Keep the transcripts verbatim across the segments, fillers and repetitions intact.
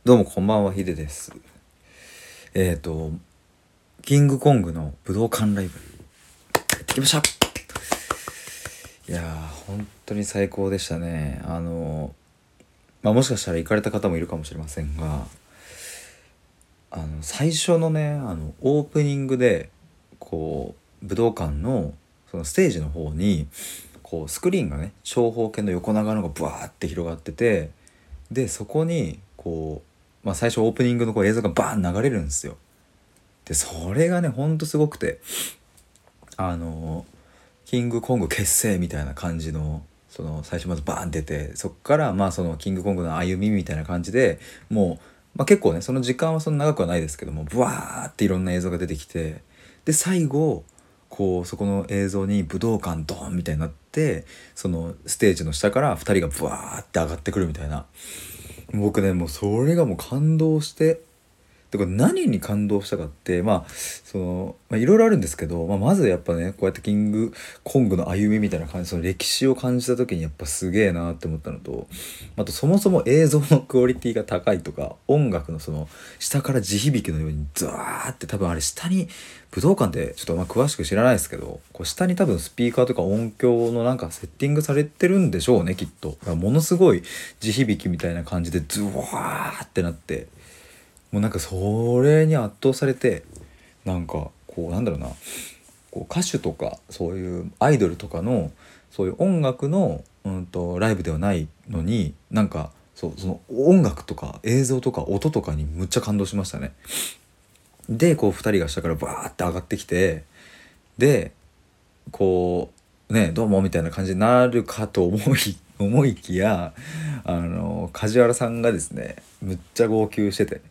どうもこんばんは、ヒデです。えっ、とキングコングの武道館ライブ行ってきました。いやー本当に最高でしたね。あのまあもしかしたら行かれた方もいるかもしれませんが、あの最初のねあのオープニングでこう武道館のそのステージの方にこうスクリーンがね長方形の横長のがブワーって広がってて、でそこにこう、まあ、最初オープニングのこう映像がバーン流れるんですよ。でそれがねほんとすごくて、あのキングコング結成みたいな感じの、その最初まずバーン出て、そっからまあそのキングコングの歩みみたいな感じで、もう、まあ、結構ねその時間はそんな長くはないですけども、ブワーっていろんな映像が出てきて、で最後こうそこの映像に武道館ドーンみたいになって、そのステージの下からふたりがブワーって上がってくるみたいな、僕ねもうそれがもう感動して、でこれ何に感動したかって、まあそのまあいろいろあるんですけど、まあ、まずやっぱねこうやってキングコングの歩みみたいな感じ、その歴史を感じた時にやっぱすげえなって思ったのと、あとそもそも映像のクオリティが高いとか、音楽のその下から地響きのようにザーって、多分あれ下に、武道館ってちょっとまあ詳しく知らないですけど、こう下に多分スピーカーとか音響のなんかセッティングされてるんでしょうねきっと。だからものすごい地響きみたいな感じでズワーってなって、もうなんかそれに圧倒されて、なんかこうなんだろうな、こう歌手とかそういうアイドルとかのそういう音楽の、うんと、ライブではないのに、なんかそうその音楽とか映像とか音とかにむっちゃ感動しましたね。でこうふたりが下からバーって上がってきて、でこうねどうもみたいな感じになるかと思い思いきや、あの梶原さんがですねむっちゃ号泣してて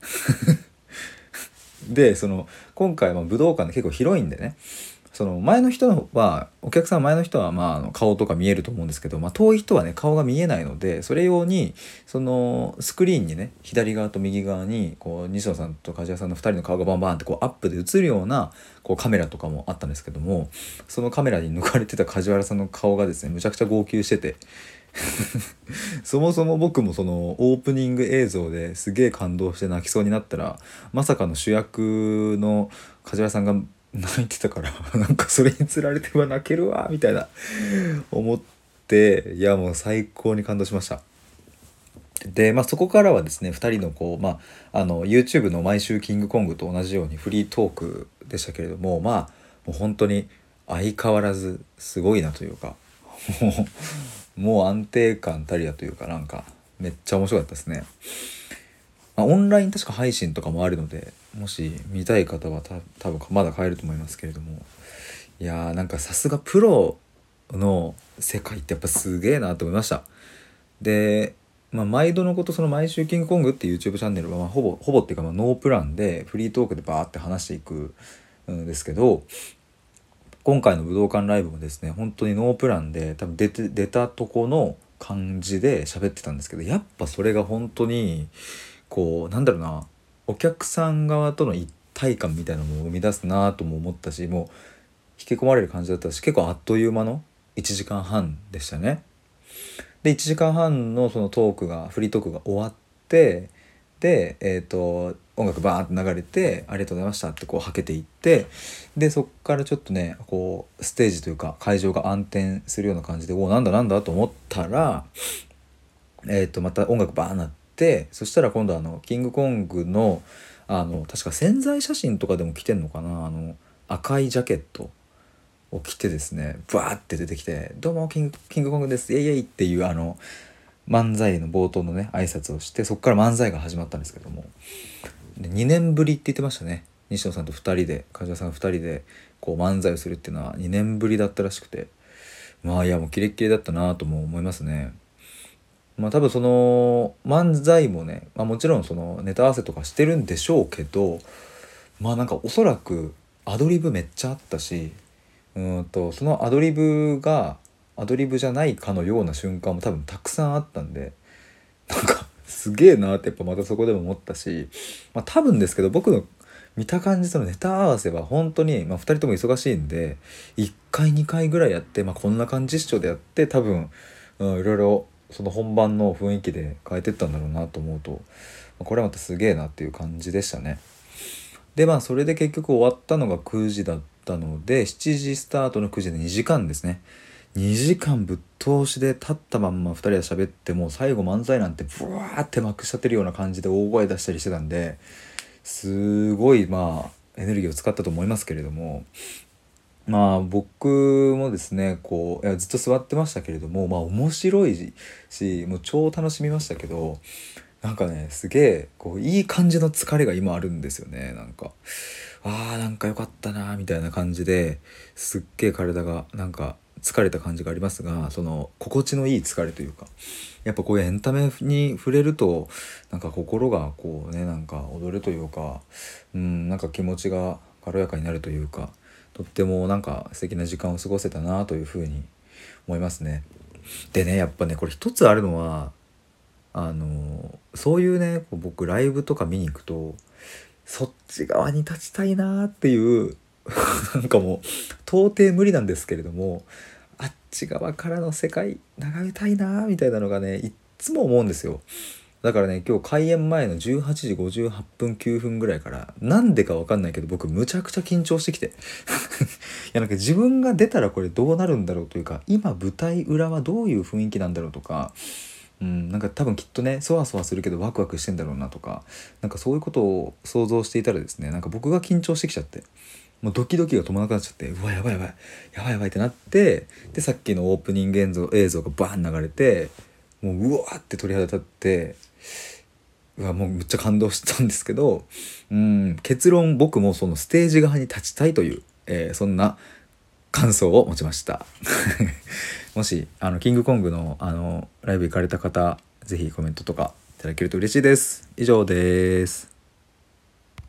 でその今回は武道館で結構広いんでね、その前の人はお客さん前の人はまああの顔とか見えると思うんですけど、まあ、遠い人はね顔が見えないので、それ用にそのスクリーンにね左側と右側にこう西野さんと梶谷さんのふたりの顔がバンバンってこうアップで映るようなこうカメラとかもあったんですけども、そのカメラに抜かれてた梶原さんの顔がですねむちゃくちゃ号泣しててそもそも僕もそのオープニング映像ですげえ感動して泣きそうになったら、まさかの主役の梶原さんが泣いてたからなんかそれにつられては泣けるわみたいな思って、いやもう最高に感動しました。でまあそこからはですねふたりのこうまああの YouTube の毎週キングコングと同じようにフリートークでしたけれども、まあもう本当に相変わらずすごいなというか、もうもう安定感たりやというか、なんかめっちゃ面白かったですね。まあ、オンライン確か配信とかもあるので、もし見たい方はた多分まだ買えると思いますけれども、いやーなんかさすがプロの世界ってやっぱすげえなと思いました。で、まあ、毎度のことその毎週キングコングっていう YouTube チャンネルはまあほぼほぼっていうかまあノープランでフリートークでバーって話していくんですけど、今回の武道館ライブもですね本当にノープランで多分出て出たとこの感じで喋ってたんですけど、やっぱそれが本当にこうなんだろうな、お客さん側との一体感みたいなのも生み出すなとも思ったし、もう引き込まれる感じだったし、結構あっという間のいちじかんはんでしたね。でいちじかんはんのそのトークがフリートークが終わって、でえっ、と音楽バーって流れてありがとうございましたってこうはけていって、でそっからちょっとねこうステージというか会場が暗転するような感じで、おおなんだなんだと思ったら、えっ、とまた音楽バーなって、そしたら今度あのキングコングのあの確か宣材写真とかでも着てんのかな、あの赤いジャケットを着てですねバーって出てきて「どうもキング、キングコングですイエイイエイ」っていうあの漫才の冒頭のね挨拶をして、そこから漫才が始まったんですけども、でにねんぶりって言ってましたね。西野さんとふたりで梶原さんふたりでこう漫才をするっていうのはにねんぶりだったらしくて、まあいやもうキレッキレだったなとも思いますね。まあ多分その漫才もね、まあ、もちろんそのネタ合わせとかしてるんでしょうけど、まあなんかおそらくアドリブめっちゃあったし、うーんとそのアドリブがアドリブじゃないかのような瞬間も多分たくさんあったんで、なんかすげえなってやっぱまたそこでも思ったし、まあ多分ですけど僕の見た感じそのネタ合わせは本当に、まあ、ふたりとも忙しいんでいっかいにかいぐらいやって、まあ、こんな感じっしょでやって多分、うん、いろいろその本番の雰囲気で変えてったんだろうなと思うと、これはまたすげえなっていう感じでしたね。でまあそれで結局終わったのがくじだったので、しちじスタートのくじでにじかんですね。にじかんぶっ通しで立ったまんまふたりで喋って、もう最後漫才なんてブワーってまくし立てるような感じで大声出したりしてたんで、すごいまあエネルギーを使ったと思いますけれども、まあ僕もですねこういやずっと座ってましたけれども、まあ面白いしもう超楽しみましたけど、なんかねすげえこういい感じの疲れが今あるんですよね。なんかあーなんか良かったなみたいな感じですっげえ体がなんか疲れた感じがありますが、その心地のいい疲れというか、やっぱこういうエンタメに触れるとなんか心がこうねなんか踊るというか、うんなんか気持ちが軽やかになるというか、とってもなんか素敵な時間を過ごせたなというふうに思いますね。でねやっぱねこれ一つあるのは、あのそういうねこう僕ライブとか見に行くとそっち側に立ちたいなっていうなんかもう到底無理なんですけれども、あっち側からの世界眺めたいなみたいなのがねいっつも思うんですよ。だからね今日開演前のじゅうはちじごじゅうはっぷんきゅうふんぐらいからなんでかわかんないけど僕むちゃくちゃ緊張してきていやなんか自分が出たらこれどうなるんだろうというか、今舞台裏はどういう雰囲気なんだろうとか、うん、なんか多分きっとねそわそわするけどワクワクしてんだろうなとか、なんかそういうことを想像していたらですね、なんか僕が緊張してきちゃって、もうドキドキが止まらなくなっちゃって、うわやばいやばいやばいやばいってなって、でさっきのオープニング映像映像がバーン流れて、もううわーって鳥肌立って、うわもうむっちゃ感動したんですけど、うん結論僕もそのステージ側に立ちたいという、えーそんな感想を持ちましたもしあのキングコングのあのライブ行かれた方、ぜひコメントとかいただけると嬉しいです。以上です。